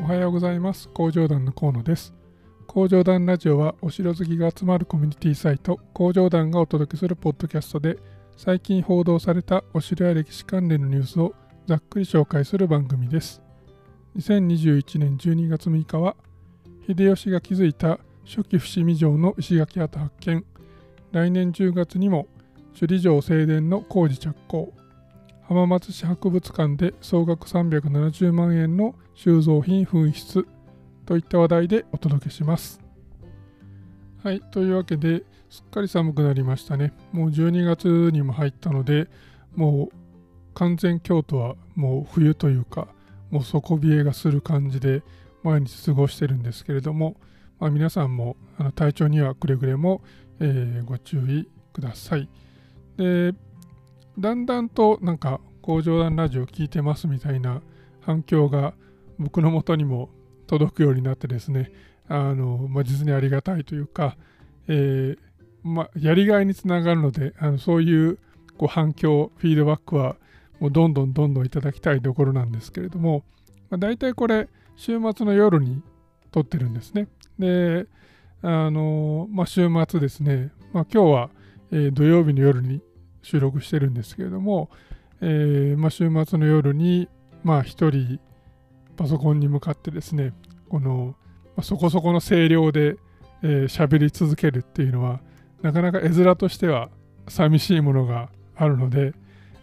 おはようございます。工場団の河野です。工場団ラジオはお城好きが集まるコミュニティサイト工場団がお届けするポッドキャストで、最近報道されたお城や歴史関連のニュースをざっくり紹介する番組です。2021年12月6日は、秀吉が築いた初期伏見城の石垣跡発見、来年10月にも首里城正殿の工事着工、浜松市博物館で総額370万円の収蔵品紛失といった話題でお届けします。はい、というわけですっかり寒くなりましたね。もう12月にも入ったので、もう完全京都はもう冬というか、もう底冷えがする感じで毎日過ごしてるんですけれども、皆さんも体調にはくれぐれも、ご注意ください。で、だんだんとなんか工場団ラジオ聞いてますみたいな反響が僕の元にも届くようになってですね、実にありがたいというか、やりがいにつながるので、そういう反響、フィードバックはもうどんどんいただきたいところなんですけれども、だいたいこれ週末の夜に撮ってるんですね。で、週末ですね、今日は、土曜日の夜に収録してるんですけれども、週末の夜に一人パソコンに向かってですね、この、そこそこの声量で喋り続けるっていうのはなかなか絵面としては寂しいものがあるので、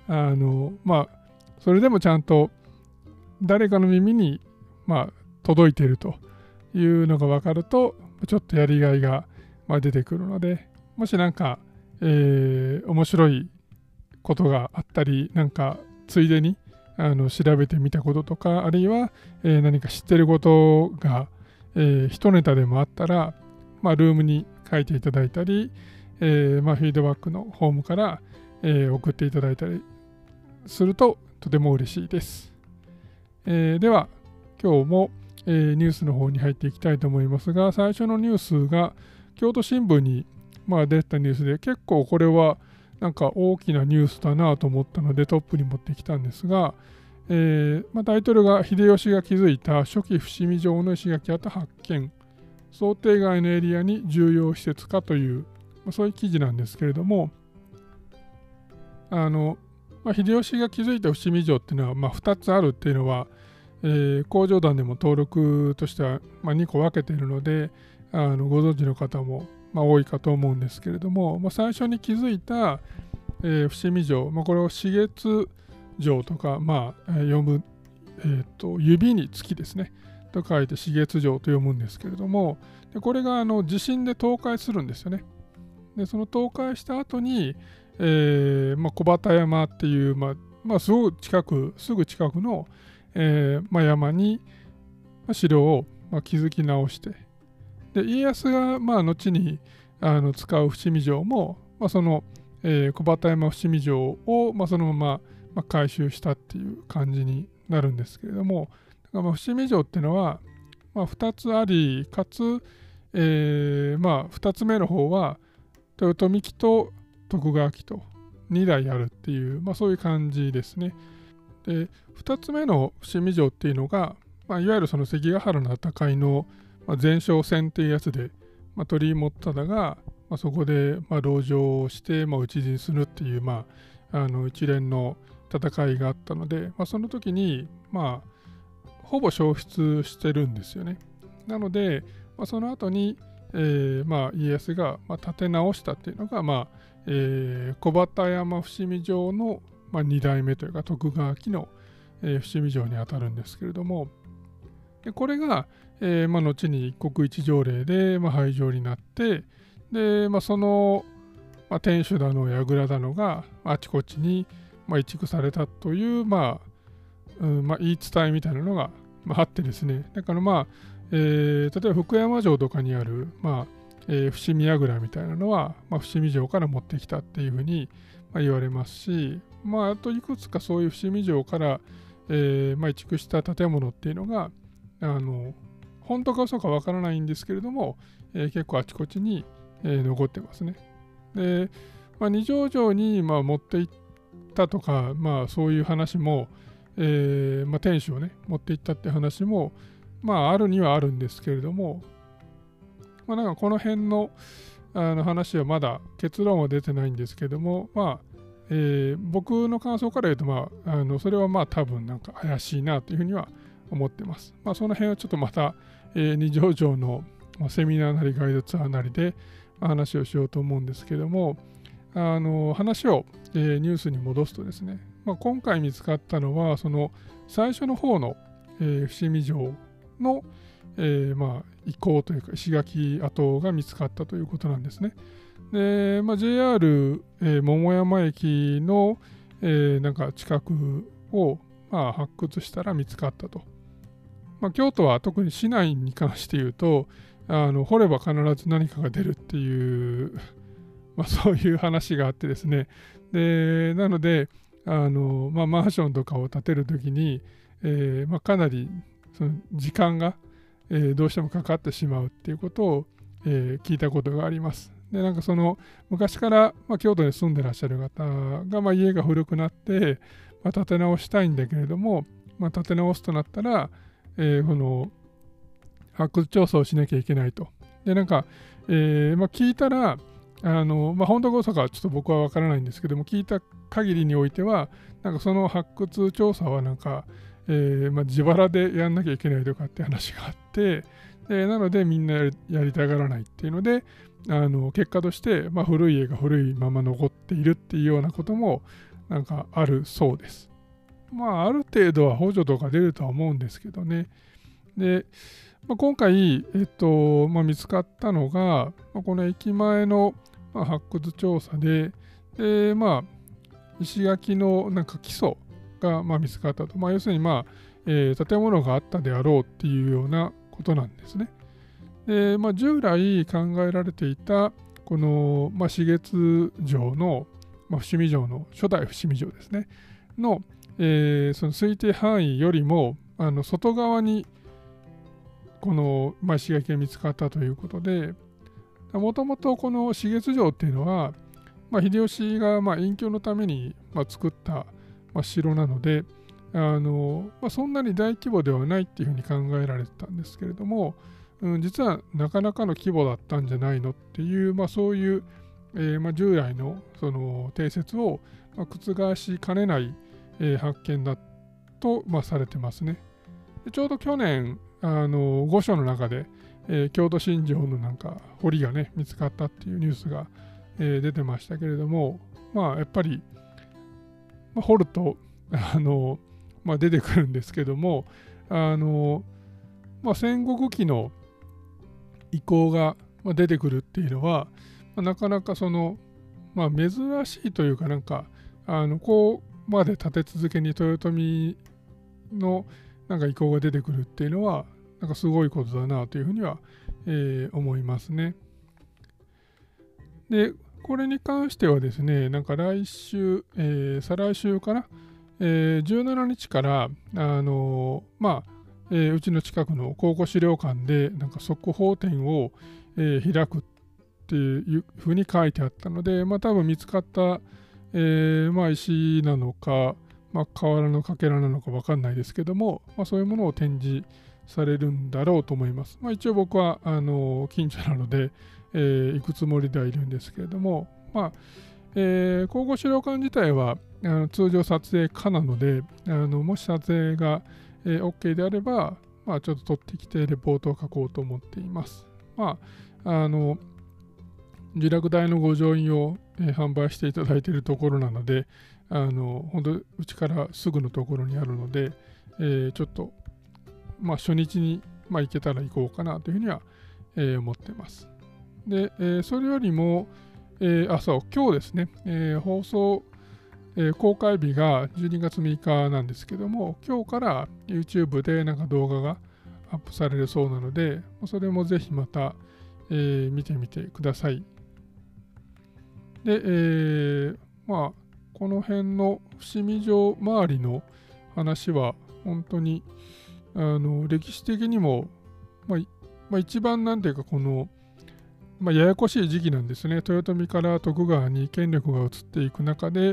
それでもちゃんと誰かの耳に届いているというのが分かるとちょっとやりがいが出てくるので、もしなんか、面白いことがあったり、なんかついでに調べてみたこととか、あるいは、何か知ってることが、一ネタでもあったら、ルームに書いていただいたり、フィードバックのホームから、送っていただいたりするととても嬉しいです。では今日も、ニュースの方に入っていきたいと思いますが、最初のニュースが京都新聞に、出たニュースで、結構これはなんか大きなニュースだなと思ったのでトップに持ってきたんですが、タイトルが秀吉が築いた初期伏見城の石垣跡発見、想定外のエリアに重要施設化という、そういう記事なんですけれども、秀吉が築いた伏見城っていうのは、2つあるっていうのは、工場団でも登録としては、2個分けているのでご存知の方も、多いかと思うんですけれども、最初に築いた、伏見城、これを紫月城とか、読む、指に月ですねと書いて紫月城と読むんですけれども、でこれが地震で倒壊するんですよね。でその倒壊した後に、小畑山っていう、すぐ近くの、山に城を築き直して、で家康が後に使う伏見城も、その、小畑山伏見城を、そのまま、改修したっていう感じになるんですけれども、伏見城っていうのは、2つあり、かつ、2つ目の方は豊臣家と徳川家と2代あるっていう、そういう感じですね。で2つ目の伏見城っていうのが、いわゆるその関ヶ原の戦いの前哨戦っていうやつで、鳥居元忠が、そこで籠城をして、討ち死にするっていう、一連の戦いがあったので、その時に、ほぼ消失してるんですよね。なので、その後に、家康が、建て直したっていうのが、小畑山伏見城の、2代目というか徳川家の、伏見城にあたるんですけれども、でこれが、後に一国一条例で、廃城になって、で、その、天守だの櫓だのがあちこちに、移築されたという、言い伝えみたいなのが、あってですね、だから例えば福山城とかにある、伏見櫓みたいなのは、伏見城から持ってきたっていうふうに、言われますし、あといくつかそういう伏見城から、移築した建物っていうのが本当か嘘かわからないんですけれども、結構あちこちに、残ってますね。で、二条城に、持って行ったとか、そういう話も、天守をね持って行ったって話も、 あるにはあるんですけれども、なんかこの辺の話はまだ結論は出てないんですけども、僕の感想から言うと、それは多分なんか怪しいなというふうには思ってます。その辺はちょっとまた、二条城のセミナーなりガイドツアーなりで話をしようと思うんですけども、話を、ニュースに戻すとですね、今回見つかったのは、その最初の方の、伏見城の、遺構というか石垣跡が見つかったということなんですね。で、JR、桃山駅の、なんか近くを、発掘したら見つかったと。京都は特に市内に関して言うと、掘れば必ず何かが出るっていうそういう話があってですね。で、なので、マンションとかを建てるときに、かなりその時間が、どうしてもかかってしまうっていうことを、聞いたことがあります。で、なんかその昔から、京都に住んでらっしゃる方が、家が古くなって、建て直したいんだけれども、建て直すとなったら、この発掘調査をしなきゃいけないと。で、なんか、聞いたら、本当か嘘かちょっと僕は分からないんですけども、聞いた限りにおいては、なんかその発掘調査はなんか、自腹でやんなきゃいけないとかって話があって、でなのでみんなやりたがらないっていうので、結果として、古い家が古いまま残っているっていうようなこともなんかあるそうです。ある程度は補助とか出るとは思うんですけどね。で、今回、見つかったのが、この駅前の、発掘調査で、石垣のなんか基礎が、見つかったと。要するに、建物があったであろうっていうようなことなんですね。で、従来考えられていた、この、紫月城の、伏見城の、初代伏見城ですね、の、その推定範囲よりも、外側に、この、石垣が見つかったということで、もともとこの紫月城っていうのは、秀吉が隠居のために作った、城なので、そんなに大規模ではないっていうふうに考えられてたんですけれども、実はなかなかの規模だったんじゃないのっていう、そういう、従来のその定説を、覆しかねない、発見だと、されてますね。でちょうど去年、御所の中で、京都新城のなんか堀がね見つかったっていうニュースが、出てましたけれども、やっぱり、掘ると出てくるんですけども、戦国期の遺構が出てくるっていうのは、なかなかその、珍しいというか、なんかこうまで立て続けに豊臣のなんか遺構が出てくるっていうのは、なんかすごいことだなというふうには、思いますね。で、これに関してはですね、なんか来週、再来週かな、17日から、うちの近くの考古資料館で、なんか速報展を、開くっていうふうに書いてあったので、多分見つかった、石なのか、瓦のかけらなのか分かんないですけども、そういうものを展示されるんだろうと思います。一応僕は近所なので、行くつもりではいるんですけれども、考古資料館自体は通常撮影可なので、もし撮影が、OK であれば、ちょっと撮ってきてレポートを書こうと思っています。受落台の御城印を、販売していただいているところなので、本当うちからすぐのところにあるので、ちょっと、初日に、行けたら行こうかなというふうには、思ってます。で、それよりも、そう、今日ですね、放送、公開日が12月6日なんですけども、今日から YouTube でなんか動画がアップされるそうなので、それもぜひまた、見てみてください。で、この辺の伏見城周りの話は本当に歴史的にも、一番なんていうかこの、ややこしい時期なんですね。豊臣から徳川に権力が移っていく中で、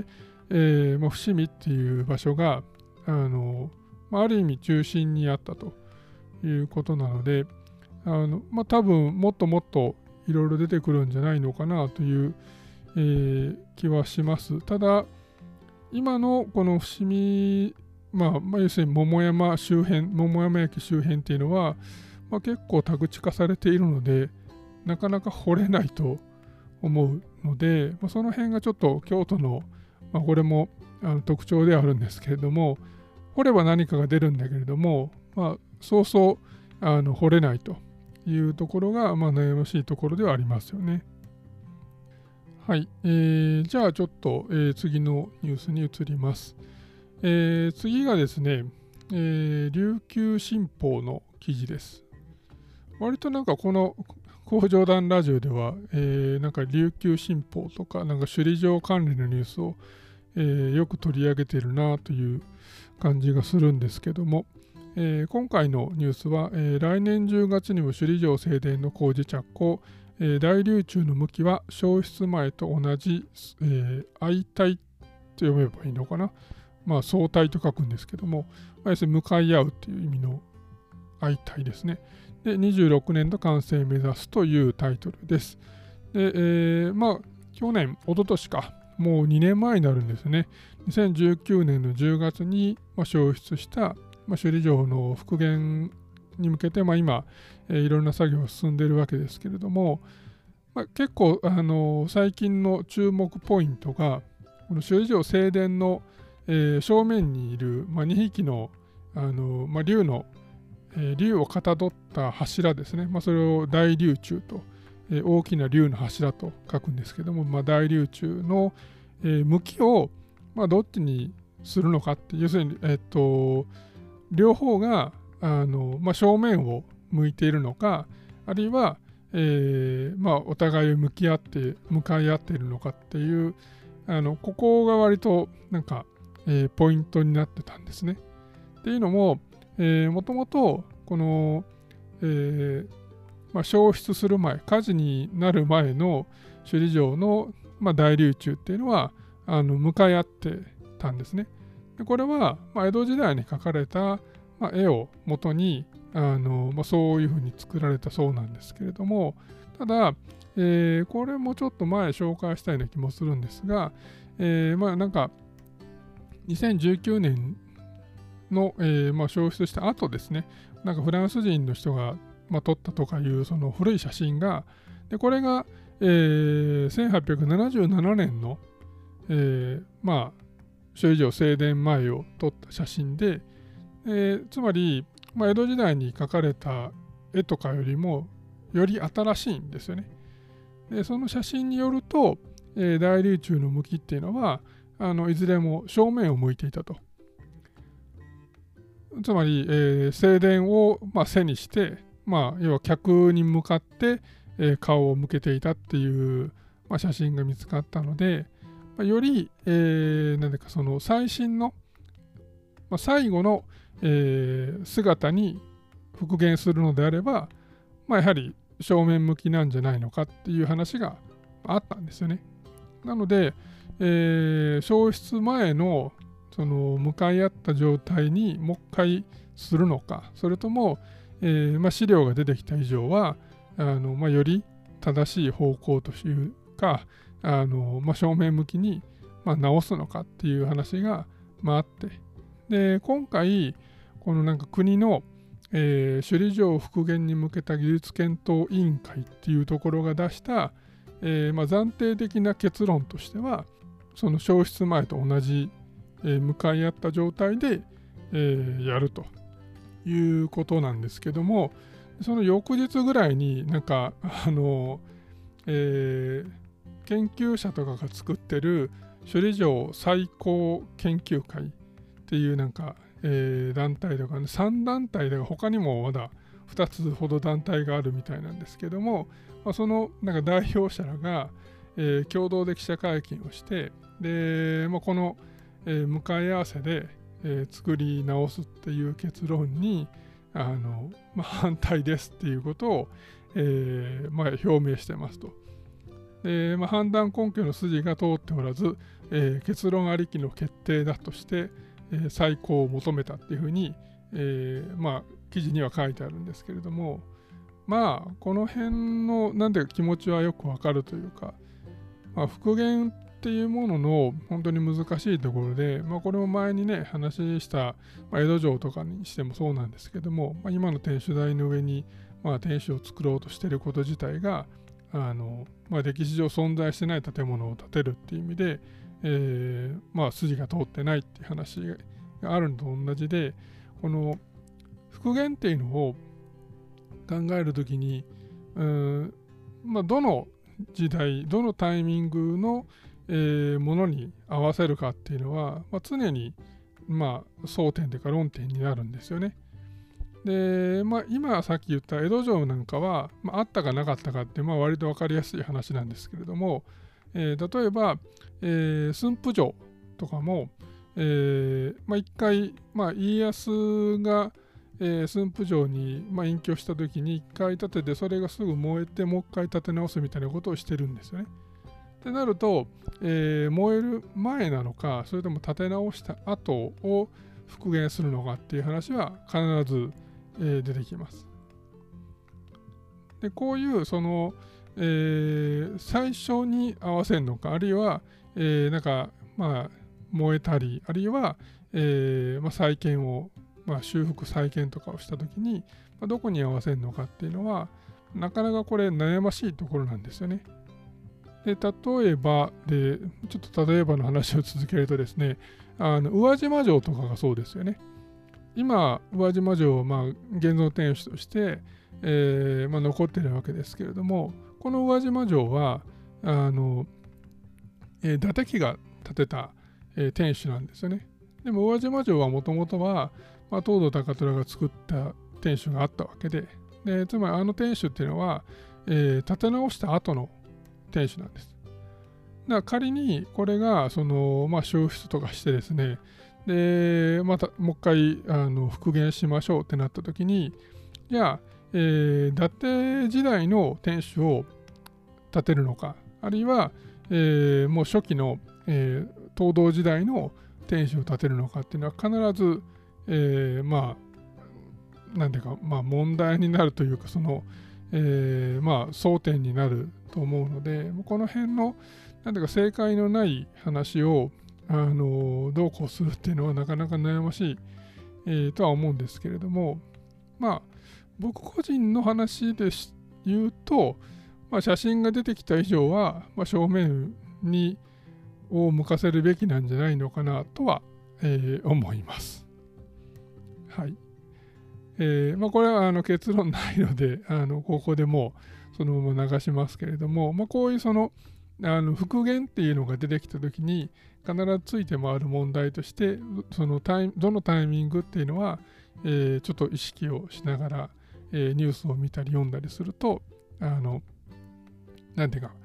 伏見っていう場所がある意味中心にあったということなので、多分もっともっといろいろ出てくるんじゃないのかなという、気はします。ただ、今のこの伏見、要するに桃山駅周辺っていうのは、結構宅地化されているので、なかなか掘れないと思うので、その辺がちょっと京都の、これも特徴ではあるんですけれども、掘れば何かが出るんだけれども、そうそう掘れないというところが、悩ましいところではありますよね。はい、じゃあちょっと、次のニュースに移ります。次がですね、琉球新報の記事です。割となんかこの工場団ラジオでは、なんか琉球新報とかなんか首里城関連のニュースを、よく取り上げているなという感じがするんですけども、今回のニュースは、来年10月にも首里城正殿の工事着工、大流中の向きは消失前と同じ、相対と読めばいいのかな。相対と書くんですけども、要するに向かい合うという意味の相対ですね。で、26年度完成目指すというタイトルです。で、去年、一昨年か、もう2年前になるんですね。2019年の10月に、消失した、首里城の復元に向けて、今、いろんな作業が進んでいるわけですけれども、結構、最近の注目ポイントが、この首里城正殿の、正面にいる、2匹の、竜をかたどった柱ですね。それを大竜柱と、大きな竜の柱と書くんですけども、大竜柱の、向きを、どっちにするのかって、要するに、両方が正面を向いているのか、あるいは、お互い向かい合っているのかっていう、ここが割となんか、ポイントになってたんですね。っていうのも、もともとこの、消失する前、火事になる前の首里城の、大竜柱っていうのは向かい合ってたんですね。でこれは、江戸時代に描かれた、絵を元にそういうふうに作られたそうなんですけれども、ただ、これもちょっと前紹介したような気もするんですが、なんか2019年の、消失した後ですね、なんかフランス人の人が、撮ったとかいうその古い写真が、でこれが、1877年の、首里城正殿前を撮った写真で、つまり、江戸時代に描かれた絵とかよりもより新しいんですよね。でその写真によると、大竜柱の向きっていうのはいずれも正面を向いていたと。つまり、正殿を、背にして、要は客に向かって、顔を向けていたっていう、写真が見つかったので、より、その最新の、最後の、姿に復元するのであれば、やはり正面向きなんじゃないのかっていう話があったんですよね。なので、消失前のその向かい合った状態にもう一回するのか、それとも、資料が出てきた以上はより正しい方向というか正面向きに、直すのかっていう話が、あって、で今回このなんか国の、首里城復元に向けた技術検討委員会っていうところが出した、暫定的な結論としてはその消失前と同じ、向かい合った状態で、やるということなんですけども、その翌日ぐらいになんか研究者とかが作ってる首里城最高研究会っていうなんか、団体とか、ね、3団体で他にもまだ2つほど団体があるみたいなんですけども、そのなんか代表者らが、共同で記者会見をして、で、この、向かい合わせで、作り直すっていう結論に反対ですっていうことを、表明してますと。で判断根拠の筋が通っておらず、結論ありきの決定だとして、再考を求めたっていうふうに、 記事には書いてあるんですけれども、この辺のなんていうか気持ちはよくわかるというか、復元っていうものの本当に難しいところで、これも前にね話した、江戸城とかにしてもそうなんですけども、今の天守台の上に、天守を作ろうとしていること自体が歴史上存在してない建物を建てるっていう意味で、筋が通ってないっていう話があるのと同じで、この復元っていうのを考えるときにどの時代どのタイミングの、ものに合わせるかっていうのは、常に争点というか論点になるんですよね。で、今さっき言った江戸城なんかは、あったかなかったかって割と分かりやすい話なんですけれども、例えば、駿府城とかも、一回、家康が、駿府城に、隠居した時に一回建ててそれがすぐ燃えてもう一回建て直すみたいなことをしてるんですよね。ってなると、燃える前なのかそれとも建て直した後を復元するのかっていう話は必ず、出てきます。でこういうその、最初に合わせるのかあるいは、燃えたりあるいは、再建を修復再建とかをしたときに、どこに合わせるのかっていうのはなかなかこれ悩ましいところなんですよね。で例えばの話を続けるとですね、宇和島城とかがそうですよね。今宇和島城は現存天守として、残っているわけですけれども、この宇和島城は伊達家が建てた、天守なんですよね。でも宇和島城はもともとは東堂高虎が作った天守があったわけで、つまり天守っていうのは、建て直した後の天守なんです。だから仮にこれが消失とかしてですね、でまたもう一回復元しましょうってなった時に、じゃあ、伊達時代の天守を建てるのか、あるいは、もう初期の、東堂時代の天守を建てるのかっていうのは必ず、なんていうか、問題になるというか争点になると思うので、この辺のなんていうか正解のない話をどうこうするっていうのはなかなか悩ましい、とは思うんですけれども、僕個人の話で言うと、写真が出てきた以上は、正面にを向かせるべきなんじゃないのかなとは、思います。はい。これは結論ないのでここでもうそのまま流しますけれども、こういう復元っていうのが出てきたときに必ずついて回る問題としてどのタイミングっていうのは、ちょっと意識をしながら、ニュースを見たり読んだりするとなんていうか、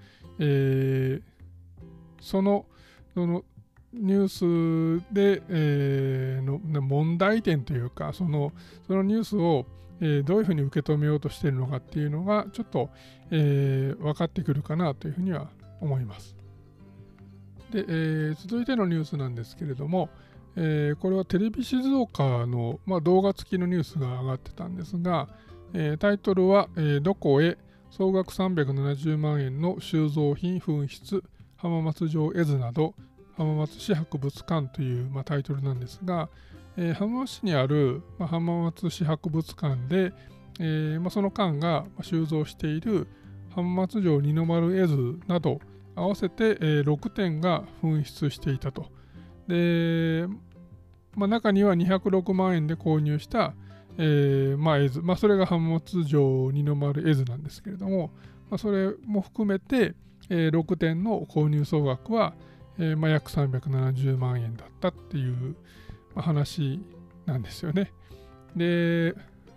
そのニュースで、の問題点というかそのニュースを、どういうふうに受け止めようとしているのかっていうのがちょっと、分かってくるかなというふうには思います。で、続いてのニュースなんですけれども、これはテレビ静岡の、動画付きのニュースが上がってたんですが、タイトルは、どこへ総額370万円の収蔵品紛失浜松城絵図など浜松市博物館という、タイトルなんですが、浜松市にある、浜松市博物館で、その館が収蔵している浜松城二の丸絵図など合わせて、6点が紛失していたと。で、中には206万円で購入した、絵図、それが浜松城二の丸絵図なんですけれども、それも含めて、6点の購入総額は、約370万円だったっていう、話なんですよね。で、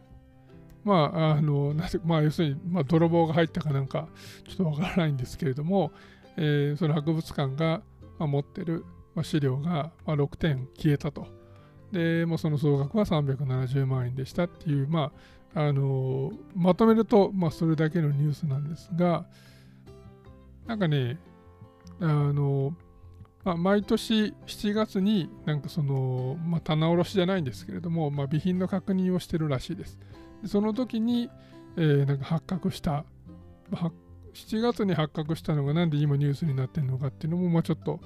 要するに、泥棒が入ったかなんかちょっとわからないんですけれども、その博物館が、持ってる、資料が、6点消えたと。で、その総額は370万円でしたっていう、まとめると、それだけのニュースなんですが、なんかね、 毎年7月になんか棚卸しじゃないんですけれども、備品の確認をしてるらしいです。でその時に、なんか発覚した、7月に発覚したのがなんで今ニュースになってるのかっていうのも、ちょっと、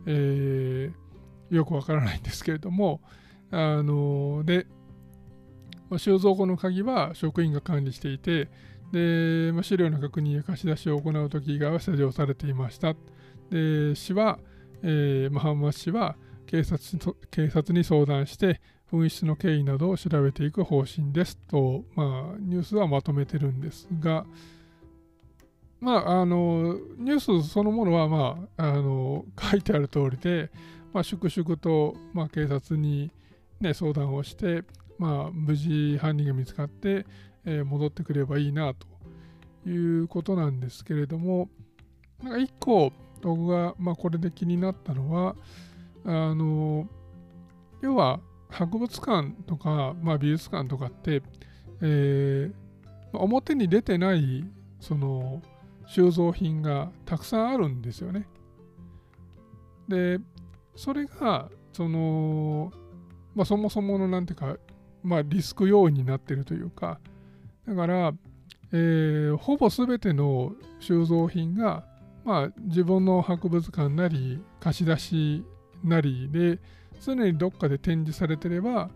よくわからないんですけれども、で、収蔵庫の鍵は職員が管理していて、で、資料の確認や貸し出しを行うとき以外は施錠されていました。で、市は、浜松市は警察に相談して、紛失の経緯などを調べていく方針ですと、ニュースはまとめてるんですが、ニュースそのものは、書いてある通りで、粛々と、警察に、相談をして、無事犯人が見つかって、戻ってくればいいなということなんですけれども、なんか一個僕が、これで気になったのは、要は博物館とか、美術館とかって、表に出てないその収蔵品がたくさんあるんですよね。で、それがそもそものなんていうか、リスク要因になっているというか、だから、ほぼ全ての収蔵品が、自分の博物館なり貸し出しなりで常にどっかで展示されてれば、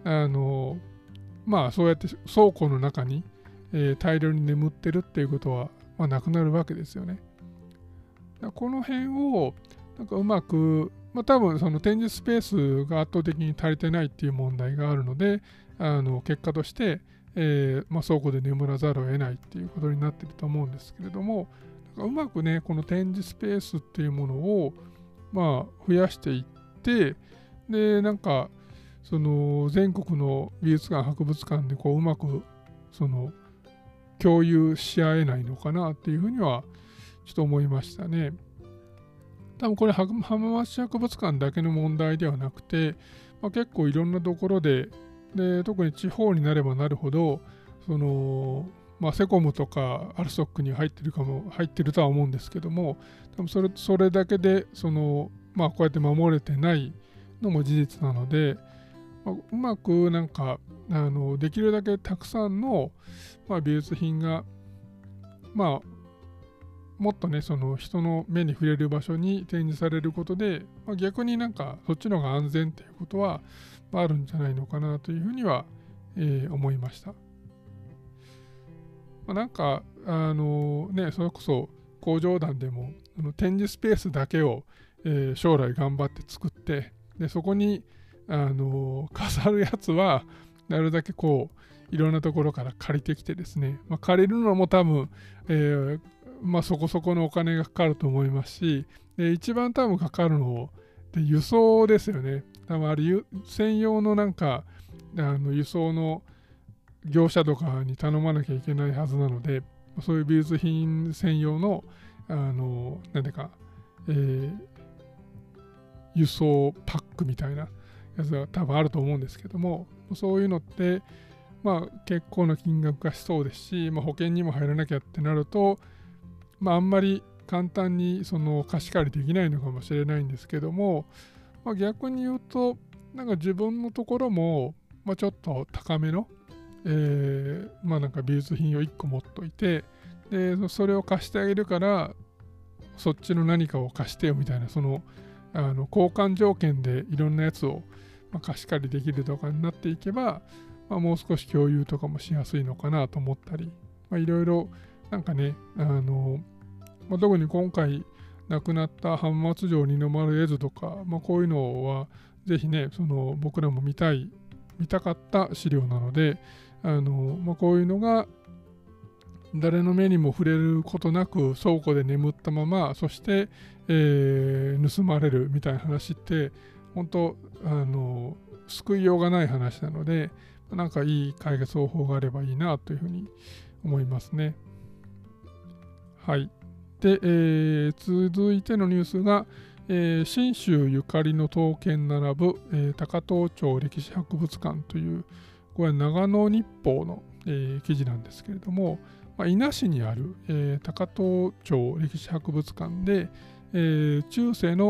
そうやって倉庫の中に、大量に眠ってるっていうことは、なくなるわけですよね。この辺をなんかうまく、多分その展示スペースが圧倒的に足りてないっていう問題があるので、結果として、倉庫で眠らざるを得ないっていうことになっていると思うんですけれども、うまくね、この展示スペースっていうものを、増やしていって、で、なんか、その全国の美術館、博物館でこううまくその共有し合えないのかなっていうふうにはちょっと思いましたね。多分これ浜松市博物館だけの問題ではなくて、結構いろんなところで、特に地方になればなるほど、セコムとかアルソックに入ってるとは思うんですけども、多分それだけでこうやって守れてないのも事実なので、うまくなんかできるだけたくさんの、美術品がもっとねその人の目に触れる場所に展示されることで、逆になんかそっちの方が安全っていうことは、あるんじゃないのかなというふうには、思いました。なんかそれこそ工場団でも展示スペースだけを、将来頑張って作って、でそこに飾るやつはなるだけこういろんなところから借りてきてですね、借りるのも多分、そこそこのお金がかかると思いますし、一番多分かかるので輸送ですよね。多分あれ専用のなんか輸送の業者とかに頼まなきゃいけないはずなので、そういう美術品専用のなんていうか、輸送パックみたいなやつが多分あると思うんですけども、そういうのって結構な金額がしそうですし、保険にも入らなきゃってなると、あんまり簡単にその貸し借りできないのかもしれないんですけども、逆に言うとなんか自分のところも、ちょっと高めの、なんか美術品を1個持っといて、でそれを貸してあげるからそっちの何かを貸してよみたいな、その交換条件でいろんなやつを、貸し借りできるとかになっていけば、もう少し共有とかもしやすいのかなと思ったり、いろいろなんかね、特に今回亡くなった浜松城二の丸絵図とか、こういうのはぜひね、僕らも見たかった資料なので、こういうのが誰の目にも触れることなく倉庫で眠ったまま、そして、盗まれるみたいな話って本当救いようがない話なので、なんかいい解決方法があればいいなというふうに思いますね。はい。で、続いてのニュースが、信州ゆかりの刀剣並ぶ、高遠町歴史博物館という、これは長野日報の、記事なんですけれども、伊那市にある、高遠町歴史博物館で、中世の、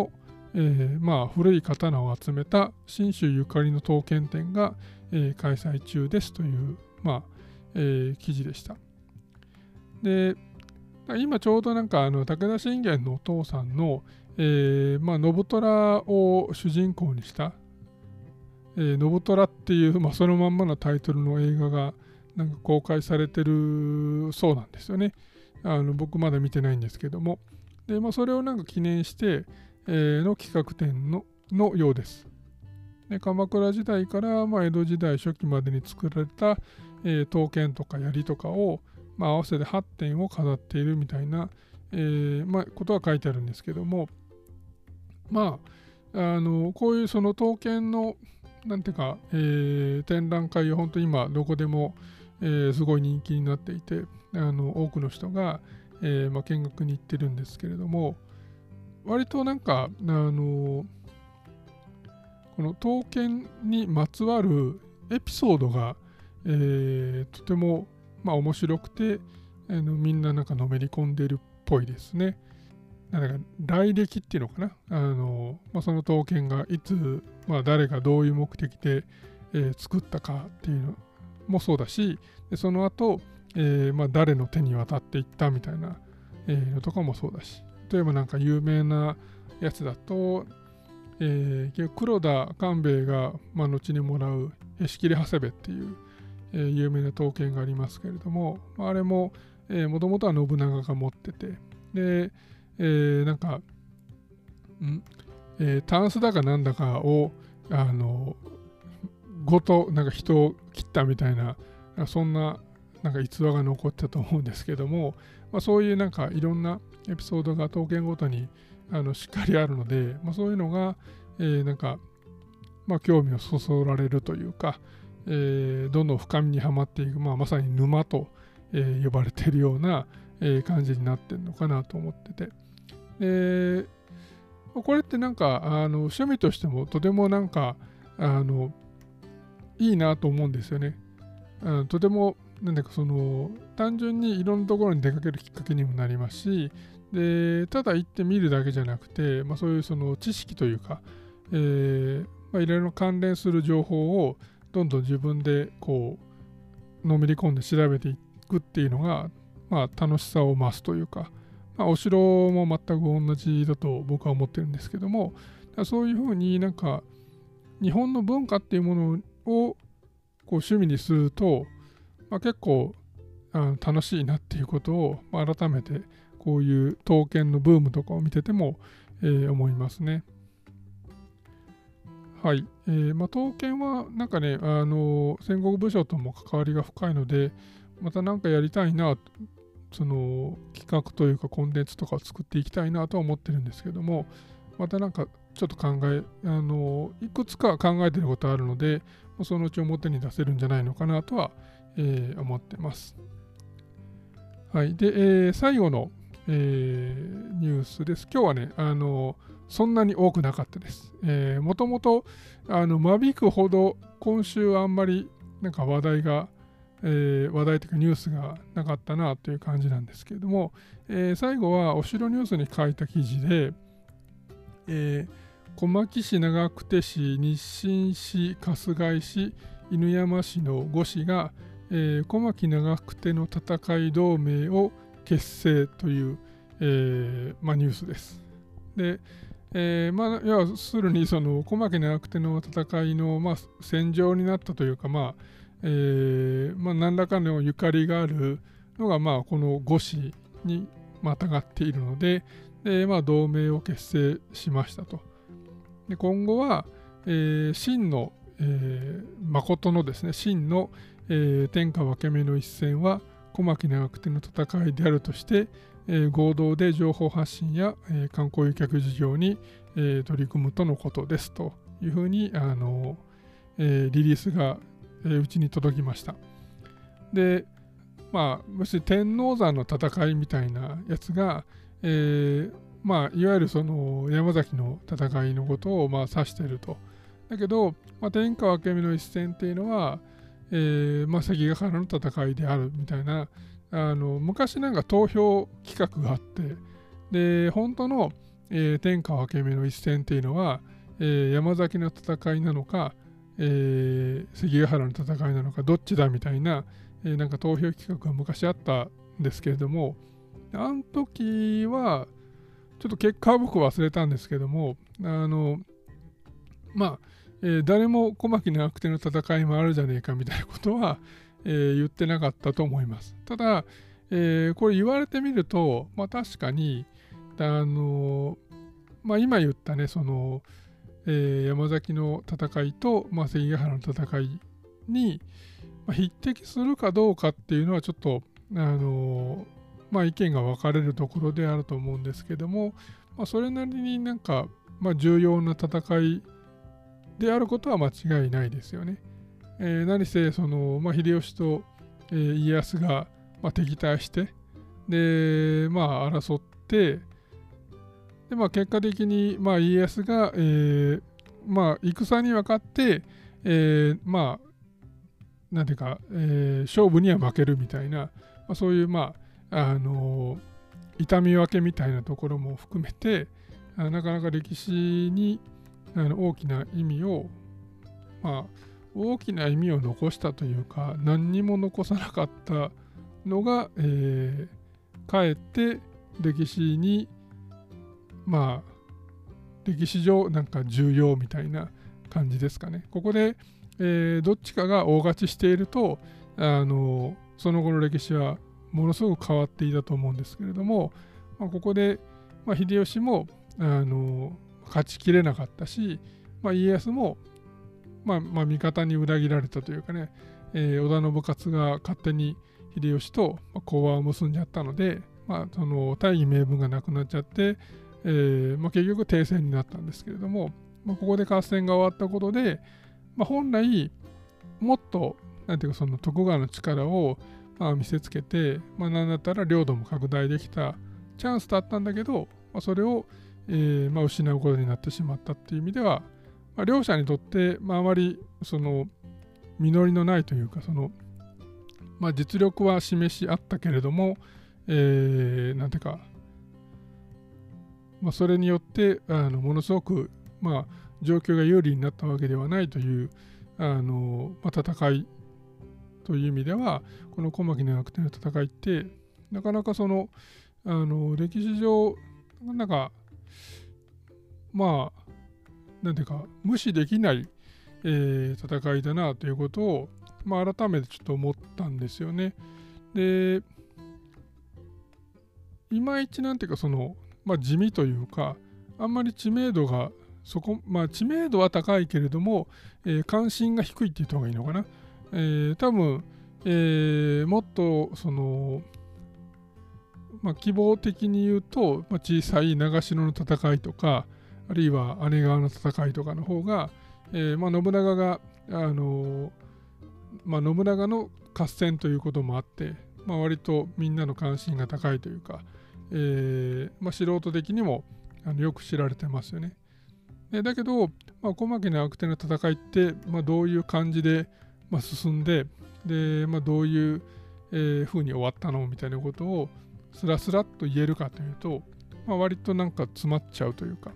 古い刀を集めた信州ゆかりの刀剣展が、開催中ですという、記事でした。で、今ちょうど武田信玄のお父さんの、信虎を主人公にした、信虎っていう、そのまんまのタイトルの映画が公開されてるそうなんですよね。僕まだ見てないんですけども。で、それを記念して、の企画展のようです。で、鎌倉時代から、江戸時代初期までに作られた、刀剣とか槍とかを、合わせて8点を飾っているみたいな、ことが書いてあるんですけども、こういうその刀剣の展覧会は本当に今どこでも、すごい人気になっていて、多くの人が、見学に行ってるんですけれども、割とこの刀剣にまつわるエピソードが、とても面白くて、みんなのめり込んでいるっぽいですね。来歴っていうのかな、その刀剣がいつ、誰がどういう目的で、作ったかっていうのもそうだし、でその後、誰の手に渡っていったみたいな、のとかもそうだし、例えば有名なやつだと、黒田官兵衛が、後にもらうへし切り長谷部っていう、有名な刀剣がありますけれども、あれももともとは信長が持ってて、で、タンスだかなんだかをごと人を切ったみたいな、そんな逸話が残ってたと思うんですけども、そういういろんなエピソードが刀剣ごとにしっかりあるので、そういうのが、興味をそそられるというか、どんどん深みにはまっていく、まさに沼と、呼ばれているような、感じになってるのかなと思ってて、これって趣味としてもとてもいいなと思うんですよね。とても単純にいろんなところに出かけるきっかけにもなりますし、でただ行ってみるだけじゃなくて、そういうその知識というか、いろいろ関連する情報をどんどん自分でのめり込んで調べていくっていうのが、楽しさを増すというか、お城も全く同じだと僕は思ってるんですけども、そういうふうに日本の文化っていうものを趣味にすると、結構楽しいなっていうことを、改めてこういう刀剣のブームとかを見てても、思いますね。はい。刀剣は戦国武将とも関わりが深いので、またやりたいな、その企画というかコンテンツとかを作っていきたいなとは思ってるんですけども、またちょっといくつか考えてることあるので、そのうち表に出せるんじゃないのかなとは、思ってます。はい。で、最後の、ニュースです。今日はね、そんなに多くなかったです。もともと間引くほど今週はあんまり話題というかニュースがなかったなという感じなんですけれども、最後はお城ニュースに書いた記事で、小牧市、長久手市、日清市、春日井市、犬山市の5市が、小牧長久手の戦い同盟を結成という、ニュースです。で、要するにその小牧長久手の戦いの、戦場になったというか、何らかのゆかりがあるのが、この5市にまたがっているので、同盟を結成しましたと。で今後は、秦の、誠のですね、秦の、天下分け目の一戦は小牧長久手の戦いであるとして、合同で情報発信や、観光誘客事業に、取り組むとのことですというふうにリリースが、うちに届きました。で、もし天王山の戦いみたいなやつが、いわゆるその山崎の戦いのことを指していると。だけど、天下分け目の一戦っていうのは、関ヶ原の戦いであるみたいな、昔投票企画があって、で、本当の、 天下分け目の一戦っていうのは、山崎の戦いなのか、関ヶ原の戦いなのかどっちだみたいな、なんか投票企画が昔あったんですけれども、あの時はちょっと結果は僕忘れたんですけども、誰も小牧長久手の戦いもあるじゃねえかみたいなことは、言ってなかったと思います。ただ、これ言われてみると、確かに今言ったね山崎の戦いと、関ヶ原の戦いに、匹敵するかどうかっていうのはちょっと意見が分かれるところであると思うんですけども、それなりになんか、重要な戦いであることは間違いないですよね。何せ秀吉と、家康が、敵対してで、争ってで、結果的に、家康が、戦には勝って、なんていうか、勝負には負けるみたいな、そういう、痛み分けみたいなところも含めて、なかなか歴史に大きな意味を、残したというか、何にも残さなかったのが、かえって歴史に、歴史上なんか重要みたいな感じですかね。ここで、どっちかが大勝ちしていると、その後の歴史はものすごく変わっていたと思うんですけれども、ここで、秀吉も勝ちきれなかったし、家康も、味方に裏切られたというかね、織田信雄が勝手に秀吉と講和を結んじゃったので、その大義名分がなくなっちゃって、結局停戦になったんですけれども、ここで合戦が終わったことで、本来もっとなんていうかその徳川の力を見せつけて、なんだったら領土も拡大できたチャンスだったんだけど、それを、失うことになってしまったっていう意味では、両者にとって、あまりその実りのないというか実力は示しあったけれども、なんていうか、それによってものすごく、状況が有利になったわけではないという戦いという意味では、この小牧長久手の戦いってなかなか歴史上なんかなんていうか無視できない、戦いだなということを、改めてちょっと思ったんですよね。で、いまいちなんていうか地味というか、あんまり知名度が知名度は高いけれども、関心が低いって言った方がいいのかな。多分、もっと希望的に言うと、小さい長篠の戦いとか、あるいは姉川の戦いとかの方が、信長が、信長の合戦ということもあって、割とみんなの関心が高いというか、素人的にもよく知られてますよね。だけど、小牧長久手の戦いって、どういう感じで、進んで、どういう風に終わったのみたいなことをスラスラっと言えるかというと、割となんか詰まっちゃうというか、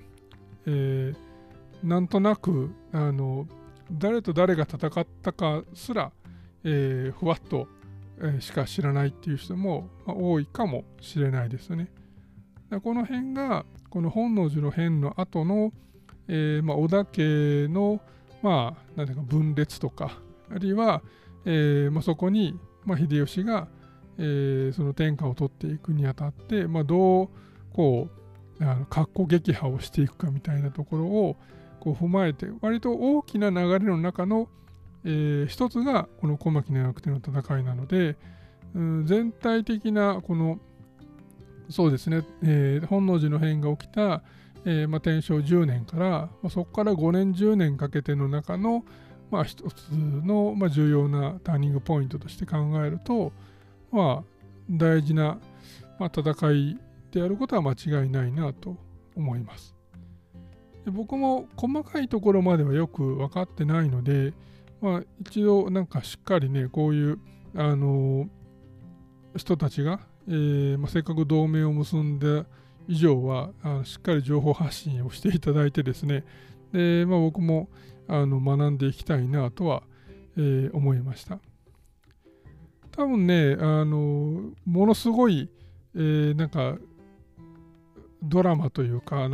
なんとなく誰と誰が戦ったかすら、ふわっと、しか知らないっていう人も、多いかもしれないですね。この辺がこの本能寺の変の後の、織田家の、なんていうか分裂とか、あるいは、そこに、秀吉が、その天下を取っていくにあたって、どうこう格好撃破をしていくかみたいなところをこう踏まえて、割と大きな流れの中の、一つがこの小牧長久手の戦いなので、全体的なこのそうですね、本能寺の変が起きた、天正10年から、そこから5年10年かけての中の、一つの、重要なターニングポイントとして考えると、大事な、戦いであることは間違いないなと思います。で、僕も細かいところまではよく分かってないので、一度なんかしっかりねこういう人たちが、せっかく同盟を結んで以上はしっかり情報発信をしていただいてですね、で、僕も学んでいきたいなとは、思いました。多分ね、ものすごい、なんかドラマというか、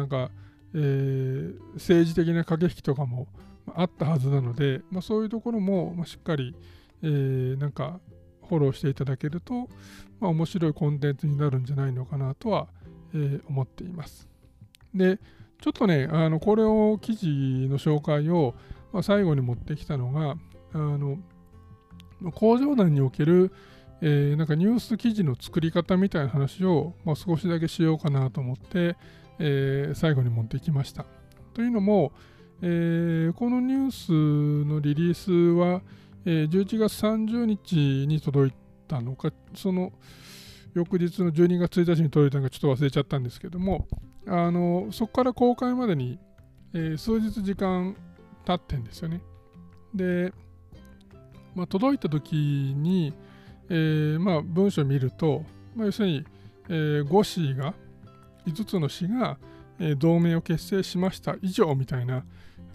政治的な駆け引きとかもあったはずなので、そういうところも、しっかり、なんかフォローしていただけると、面白いコンテンツになるんじゃないのかなとは、思っています。で、ちょっとね、これを記事の紹介を、最後に持ってきたのが、工場団における、なんかニュース記事の作り方みたいな話を、少しだけしようかなと思って、最後に持ってきました。というのも、このニュースのリリースは、11月30日に届いたのか、その翌日の12月1日に届いたのかちょっと忘れちゃったんですけども、そこから公開までに、数日時間経ってんですよね。で、届いた時に、文章を見ると、要するに、5市が、5つの市が、同盟を結成しました以上みたいな、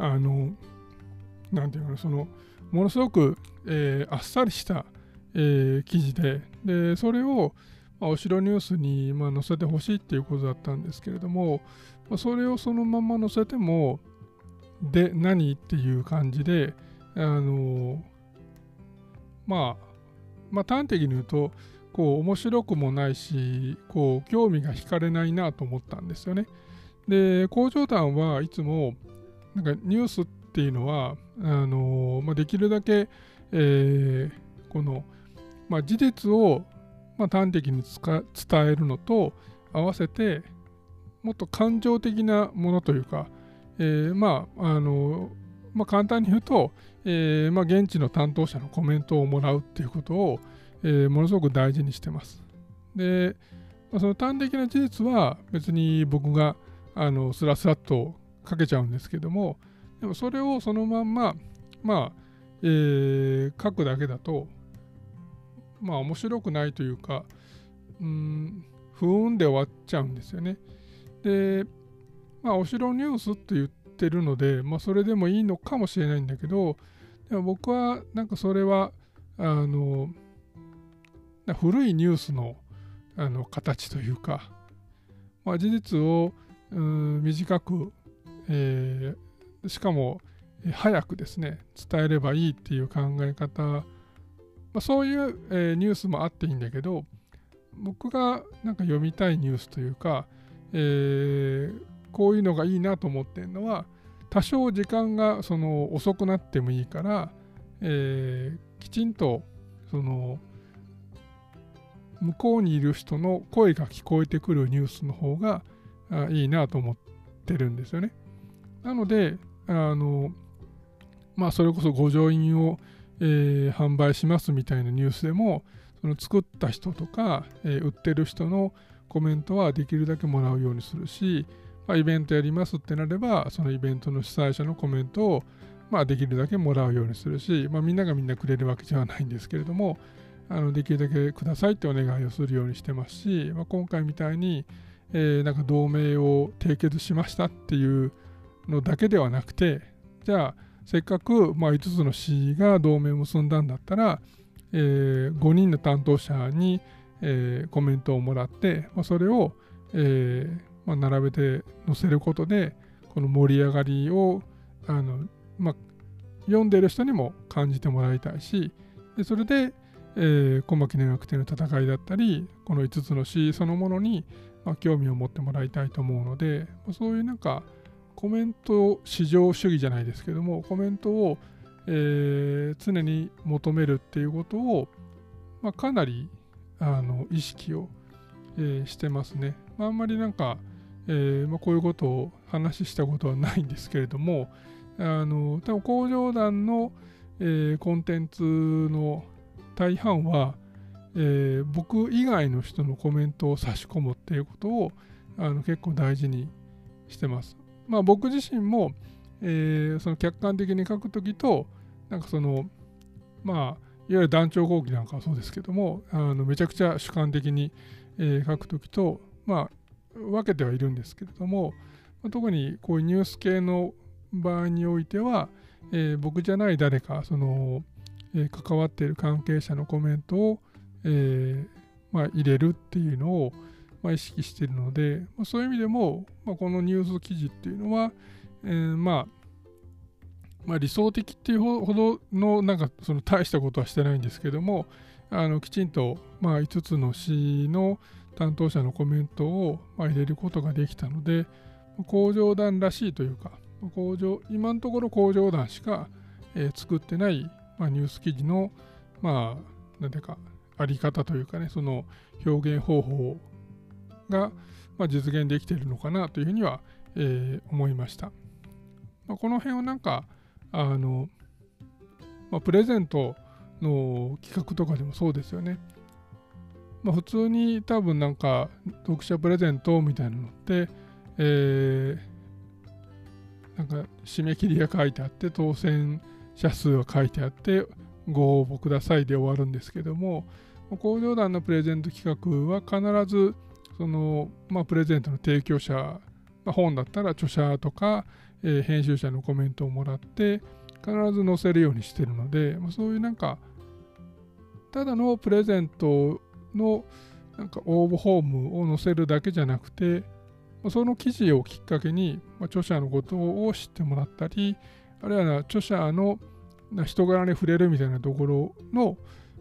なんていうかな、ものすごく、あっさりした、記事で、それを、お城ニュースに、載せてほしいっていうことだったんですけれども、それをそのまま載せても、で、何っていう感じで、端的に言うと、面白くもないし、興味が惹かれないなと思ったんですよね。で、工場団はいつも、ニュースっていうのは、できるだけ、事実を、端的に伝えるのと合わせて、もっと感情的なものというか、簡単に言うと、現地の担当者のコメントをもらうっていうことを、ものすごく大事にしてます。で、その端的な事実は別に僕がスラスラっと書けちゃうんですけども、でもそれをそのまんま、書くだけだと、面白くないというか、不運で終わっちゃうんですよね。で、お城ニュースって言ってるので、それでもいいのかもしれないんだけど、でも僕はそれは古いニュースの形というか、事実を短く、しかも早くですね伝えればいいっていう考え方、そういう、ニュースもあっていいんだけど、僕が読みたいニュースというか、こういうのがいいなと思ってるのは、多少時間が遅くなってもいいから、きちんと向こうにいる人の声が聞こえてくるニュースの方がいいなと思ってるんですよね。なので、それこそ御城印を、販売しますみたいなニュースでも、その作った人とか、売ってる人のコメントはできるだけもらうようにするし、イベントやりますってなれば、そのイベントの主催者のコメントを、できるだけもらうようにするし、みんながみんなくれるわけじゃないんですけれども、できるだけくださいってお願いをするようにしてますし、今回みたいに、同盟を締結しましたっていうのだけではなくて、じゃあせっかく5つの市が同盟を結んだんだったら、5人の担当者に、コメントをもらって、それを、並べて載せることで、この盛り上がりを読んでる人にも感じてもらいたいし、でそれで、小牧長久手の戦いだったり、この5つの詩そのものに、興味を持ってもらいたいと思うので、そういうコメント至上主義じゃないですけども、コメントを、常に求めるっていうことを、かなり意識を、してますね。あんまりこういうことを話したことはないんですけれども、多分工場団の、コンテンツの大半は、僕以外の人のコメントを差し込むっていうことを結構大事にしてます。僕自身も、その客観的に書くときと、いわゆる団長後期なんかはそうですけども、めちゃくちゃ主観的に、書くときと、 分けてはいるんですけれども、特にこういうニュース系の場合においては、僕じゃない誰か関わっている関係者のコメントを、入れるっていうのを、意識しているので、そういう意味でも、このニュース記事っていうのは、理想的っていうほどのなんかその大したことはしてないんですけども、きちんと5つの市の担当者のコメントを入れることができたので、工場団らしいというか、今のところ工場団しか、作ってない、ニュース記事のなんていうかあり方というかね、その表現方法が、実現できているのかなというふうには、思いました。この辺をなんかプレゼントの企画とかでもそうですよね。普通に多分なんか読者プレゼントみたいなのって、なんか締め切りが書いてあって当選者数が書いてあってご応募くださいで終わるんですけども、工場団のプレゼント企画は必ずその、プレゼントの提供者、本だったら著者とか、編集者のコメントをもらって必ず載せるようにしてるので、そういうなんかただのプレゼントのなんか応募フォームを載せるだけじゃなくて、その記事をきっかけに、著者のことを知ってもらったり、あるいは著者の人柄に触れるみたいなところの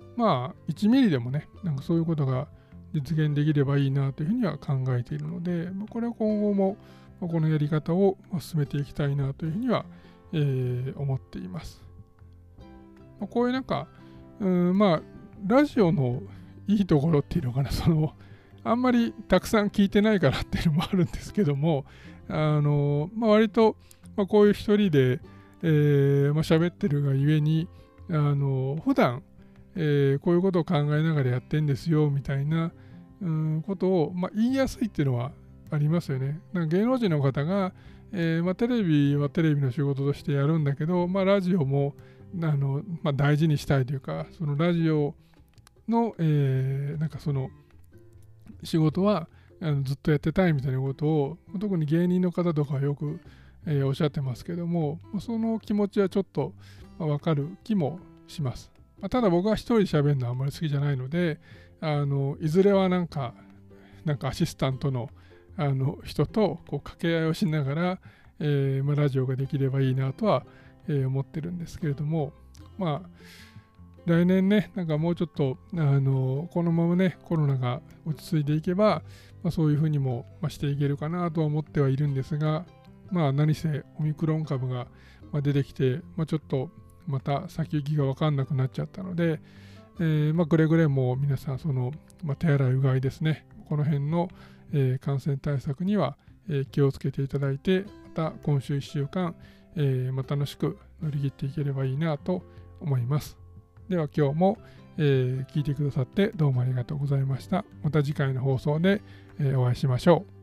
1ミリでもね、なんかそういうことが実現できればいいなというふうには考えているので、これは今後もこのやり方を進めていきたいなというふうには、思っています。こういうなんか、ラジオのいいところっていうのかな、あんまりたくさん聞いてないからっていうのもあるんですけども、割と、こういう一人で喋ってるがゆえに、普段、こういうことを考えながらやってんですよみたいなことを、言いやすいっていうのはありますよね。なんか芸能人の方が、テレビはテレビの仕事としてやるんだけど、ラジオも大事にしたいというか、そのラジオの、なんかその仕事はずっとやってたいみたいなことを特に芸人の方とかはよく、おっしゃってますけども、その気持ちはちょっとわかる気もします。ただ僕は一人喋るのはあんまり好きじゃないので、いずれはなんかアシスタントの人とこう掛け合いをしながら、ラジオができればいいなとは、思ってるんですけれども、来年ね、なんかもうちょっと、このままね、コロナが落ち着いていけば、そういうふうにも、していけるかなとは思ってはいるんですが、何せオミクロン株が出てきて、ちょっとまた先行きが分かんなくなっちゃったので、くれぐれも皆さん手洗いうがいですね、この辺の、感染対策には、気をつけていただいて、また今週1週間、楽しく乗り切っていければいいなと思います。では今日も、聞いてくださってどうもありがとうございました。また次回の放送で、お会いしましょう。